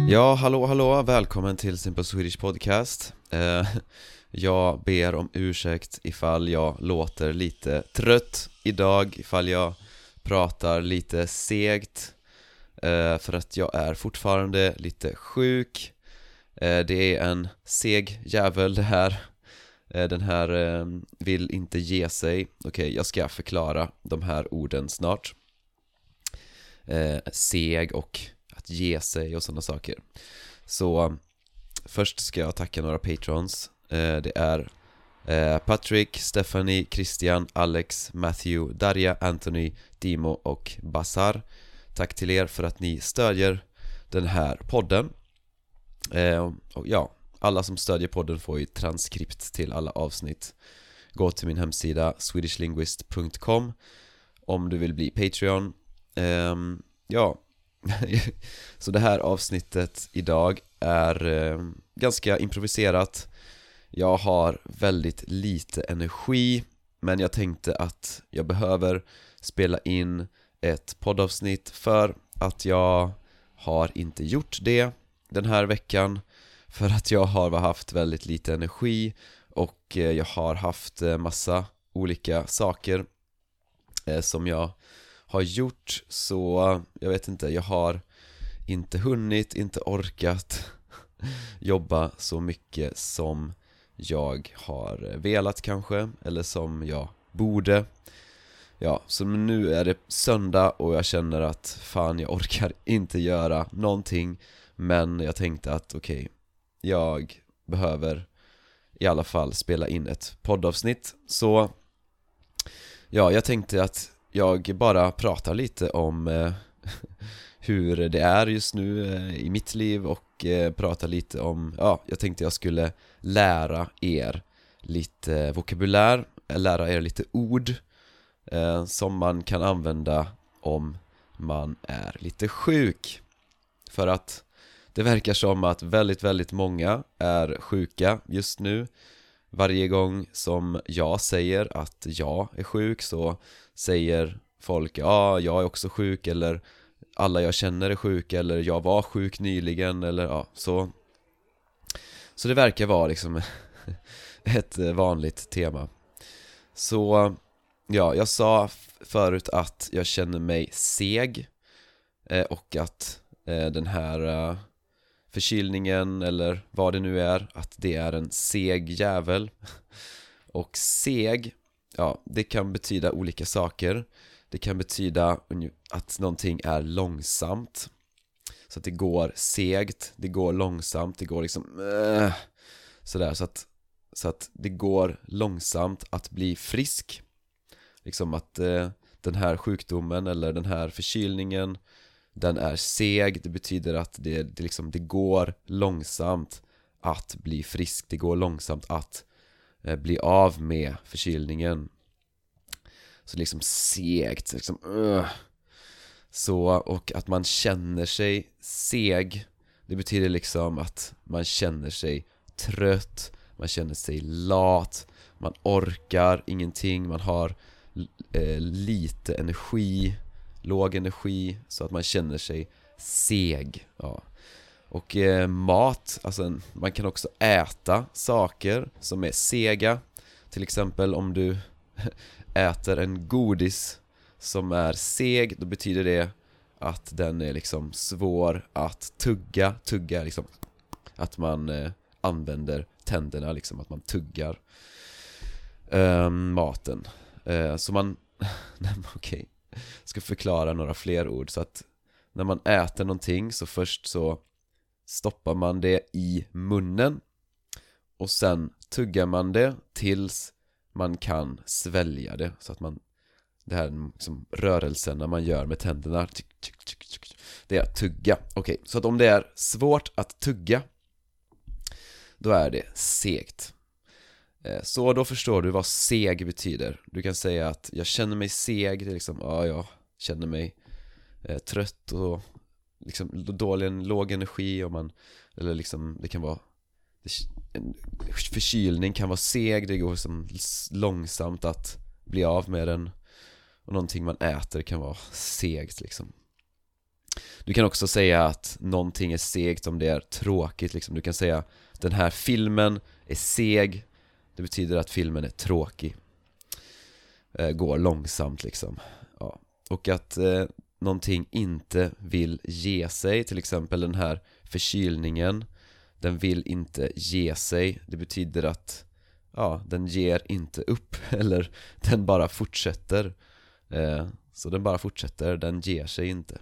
Ja, hallå, välkommen till Simple Swedish Podcast. Jag ber om ursäkt ifall jag låter lite trött idag, ifall jag pratar lite segt, för att jag är fortfarande lite sjuk. Det är en seg jävel det här. Den här vill inte ge sig. Okej, jag ska förklara de här orden snart. Seg och att ge sig och sådana saker. Så först ska jag tacka några patrons. Det är Patrick, Stephanie, Christian, Alex, Matthew, Darja, Anthony, Dimo och Basar. Tack till er för att ni stödjer den här podden. Och ja, alla som stödjer podden får ju transkript till alla avsnitt. Gå till min hemsida swedishlinguist.com om du vill bli Patreon. Ja. Så det här avsnittet idag är ganska improviserat. Jag har väldigt lite energi, men jag tänkte att jag behöver spela in ett poddavsnitt för att jag har inte gjort det den här veckan, för att jag har haft väldigt lite energi och jag har haft massa olika saker som jag har gjort, så jag vet inte, jag har inte hunnit, inte orkat jobba så mycket som jag har velat kanske, eller som jag borde. Ja, så nu är det söndag och jag känner att fan, jag orkar inte göra någonting. Men jag tänkte att okej, jag behöver i alla fall spela in ett poddavsnitt. Så ja, jag tänkte att jag bara pratar lite om hur det är just nu i mitt liv och prata lite om, ja, jag tänkte jag skulle lära er lite vokabulär, lära er lite ord som man kan använda om man är lite sjuk. För att det verkar som att väldigt många är sjuka just nu. Varje gång som jag säger att jag är sjuk så säger folk, ja, jag är också sjuk, eller alla jag känner är sjuka, eller jag var sjuk nyligen, eller ja, så det verkar vara liksom ett vanligt tema. Så ja, jag sa förut att jag känner mig seg, och att den här förkylningen, eller vad det nu är, att det är en seg jävel. Och seg, ja, det kan betyda olika saker. Det kan betyda att någonting är långsamt, så att det går segt, det går långsamt, det går liksom sådär, så att det går långsamt att bli frisk. Liksom att den här sjukdomen eller den här förkylningen, den är seg. Det betyder att det går långsamt att bli frisk. Det går långsamt att bli av med förkylningen. Så liksom segt liksom, Så, och att man känner sig seg, det betyder liksom att man känner sig trött, man känner sig lat, man orkar ingenting, man har lite energi, låg energi, så att man känner sig seg. Ja. Och mat, alltså man kan också äta saker som är sega. Till exempel om du äter en godis som är seg, då betyder det att den är liksom svår att tugga. Tugga liksom att man använder tänderna, liksom att man tuggar maten. Så man okej. Ska förklara några fler ord. Så att när man äter någonting, så först så stoppar man det i munnen och sen tuggar man det tills man kan svälja det. Så att det här liksom rörelsen när man gör med tänderna, det är att tugga. Okej, så att om det är svårt att tugga, då är det segt. Så då förstår du vad seg betyder. Du kan säga att jag känner mig seg. Det är liksom, ja, jag känner mig trött och liksom låg energi. Eller liksom, det kan vara en förkylning kan vara seg. Det går som långsamt att bli av med den. Och någonting man äter kan vara segt liksom. Du kan också säga att någonting är segt om det är tråkigt liksom. Du kan säga den här filmen är seg. Det betyder att filmen är tråkig. Går långsamt liksom. Ja. Och att någonting inte vill ge sig. Till exempel den här förkylningen. Den vill inte ge sig. Det betyder att den ger inte upp. Eller den bara fortsätter. Så den bara fortsätter. Den ger sig inte.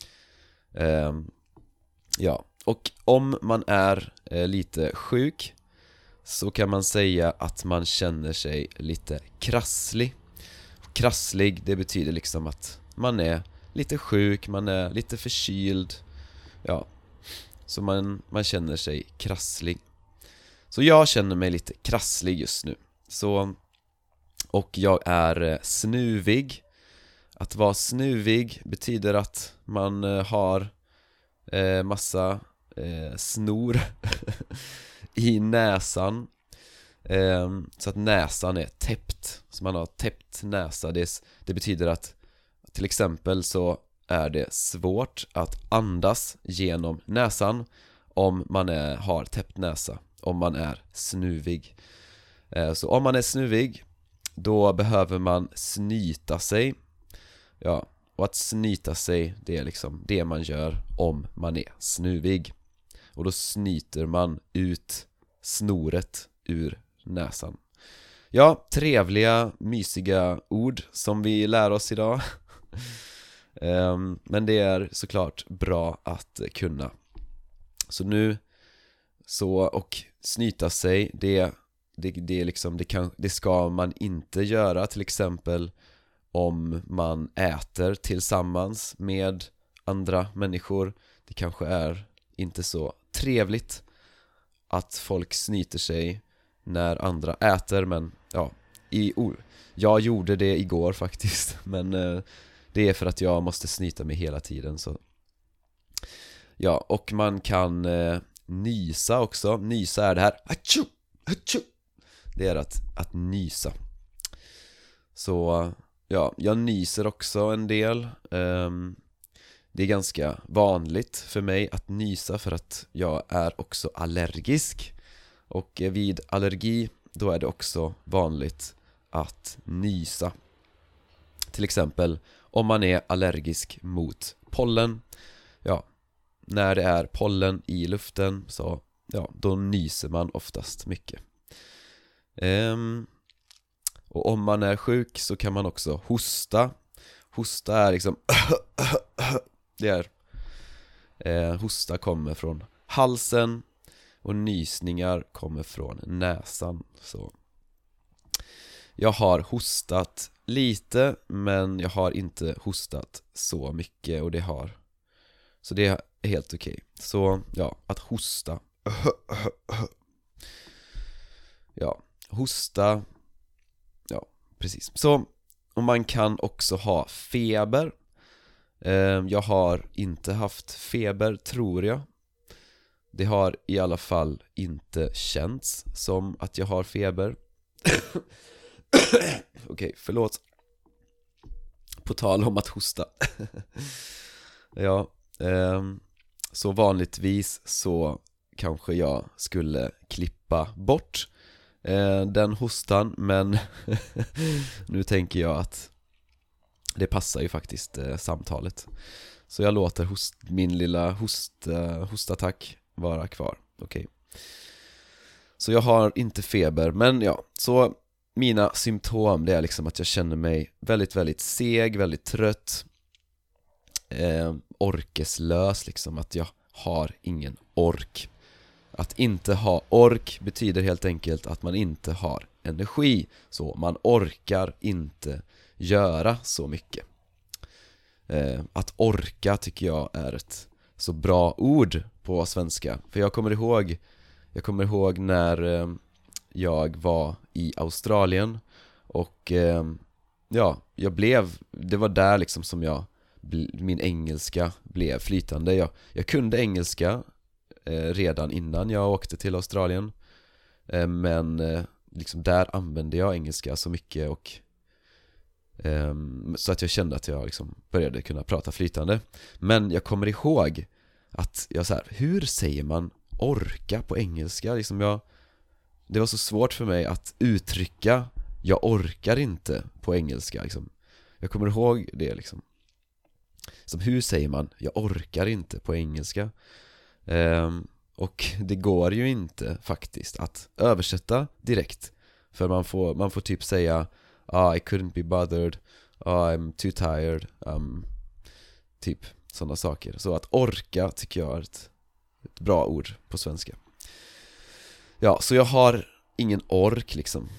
Och om man är lite sjuk så kan man säga att man känner sig lite krasslig. Krasslig, det betyder liksom att man är lite sjuk, man är lite förkyld. Ja, så man känner sig krasslig. Så jag känner mig lite krasslig just nu. Och jag är snuvig. Att vara snuvig betyder att man har massa snor i näsan. Så att näsan är täppt. Så man har täppt näsa. Det betyder att till exempel så är det svårt att andas genom näsan om man har täppt näsa. Om man är snuvig. Så om man är snuvig, då behöver man snyta sig. Ja, och att snyta sig, det är liksom det man gör om man är snuvig. Och då snyter man ut snoret ur näsan. Ja, trevliga, mysiga ord som vi lär oss idag. Men det är såklart bra att kunna. Och snyta sig, det ska man inte göra. Till exempel om man äter tillsammans med andra människor. Det kanske är inte så trevligt att folk snyter sig när andra äter. Men jag gjorde det igår faktiskt. Men det är för att jag måste snyta mig hela tiden så. Ja, och man kan nysa också. Nysa är det här achoo, achoo. Det är att nysa. Så ja, jag nyser också en del. Det är ganska vanligt för mig att nysa för att jag är också allergisk. Och vid allergi, då är det också vanligt att nysa. Till exempel om man är allergisk mot pollen. Ja, när det är pollen i luften så då nyser man oftast mycket. Och om man är sjuk så kan man också hosta. Hosta är liksom det är hosta kommer från halsen och nysningar kommer från näsan. Så jag har hostat lite, men jag har inte hostat så mycket så det är helt okej. Så att hosta. Ja, hosta. Ja, precis. Så, och man kan också ha feber. Jag har inte haft feber, tror jag. Det har i alla fall inte känts som att jag har feber. Okej, förlåt. På tal om att hosta. Så vanligtvis så kanske jag skulle klippa bort den hostan, men nu tänker jag att det passar ju faktiskt samtalet. Så jag låter min lilla hostattack vara kvar. Okej. Så jag har inte feber, men så mina symptom, det är liksom att jag känner mig väldigt, väldigt seg, väldigt trött, orkeslös liksom, att jag har ingen ork. Att inte ha ork betyder helt enkelt att man inte har energi. Så man orkar inte göra så mycket. Att orka tycker jag är ett så bra ord på svenska. För jag kommer ihåg när jag var i Australien. Och det var där liksom som min engelska blev flytande. Jag kunde engelska redan innan jag åkte till Australien, men liksom där använde jag engelska så mycket. Och Så att jag kände att jag liksom började kunna prata flytande. Men jag kommer ihåg att jag så här, hur säger man orka på engelska? Liksom det var så svårt för mig att uttrycka jag orkar inte på engelska liksom. Jag kommer ihåg det liksom. Som hur säger man jag orkar inte på engelska? Och det går ju inte faktiskt att översätta direkt. För man får typ säga I couldn't be bothered, I'm too tired, typ sådana saker. Så att orka tycker jag är ett bra ord på svenska. Ja, så jag har ingen ork liksom.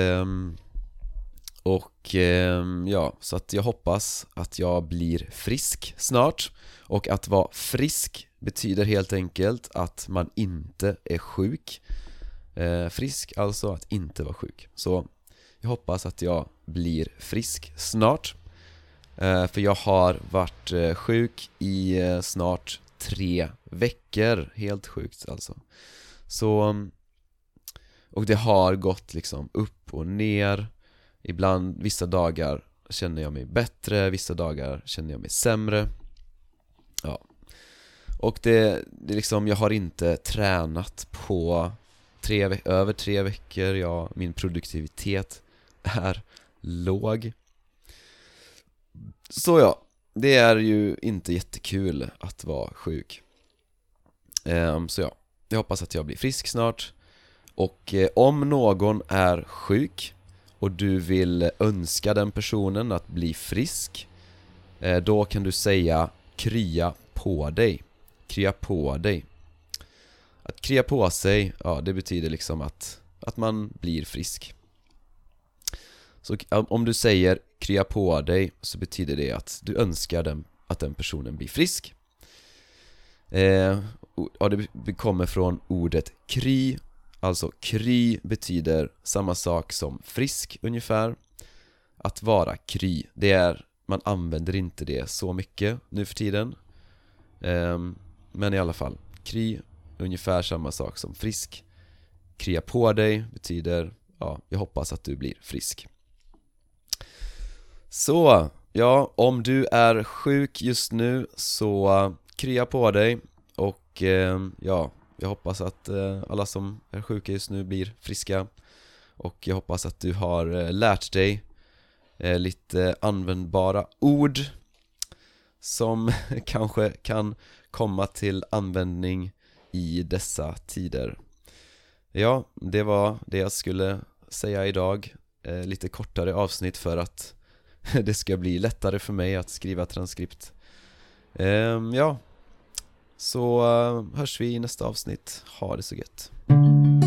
Ja, så att jag hoppas att jag blir frisk snart. Och att vara frisk betyder helt enkelt att man inte är sjuk. Frisk, alltså att inte vara sjuk. Så jag hoppas att jag blir frisk snart. För jag har varit sjuk i snart 3 veckor. Helt sjukt alltså. Så, och det har gått liksom upp och ner. Ibland, vissa dagar känner jag mig bättre, vissa dagar känner jag mig sämre. Ja. Och det liksom, jag har inte tränat på över 3 veckor. Min produktivitet är låg. Så ja, det är ju inte jättekul att vara sjuk. Så ja, jag hoppas att jag blir frisk snart. Och om någon är sjuk och du vill önska den personen att bli frisk, då kan du säga krya på dig. Krya på dig. Att krya på sig, ja, det betyder liksom att man blir frisk. Så om du säger krya på dig, så betyder det att du önskar att den personen blir frisk. Ja, det kommer från ordet kry. Alltså kry betyder samma sak som frisk ungefär. Att vara kry, man använder inte det så mycket nu för tiden. Men i alla fall, kry, ungefär samma sak som frisk. Krya på dig betyder, ja, jag hoppas att du blir frisk. Så, ja, om du är sjuk just nu, så krya på dig. Och ja, jag hoppas att alla som är sjuka just nu blir friska. Och jag hoppas att du har lärt dig lite användbara ord som kanske kan komma till användning i dessa tider. Ja, det var det jag skulle säga idag. Lite kortare avsnitt för att det ska bli lättare för mig att skriva transkript. Ja, så hörs vi i nästa avsnitt. Ha det så gött.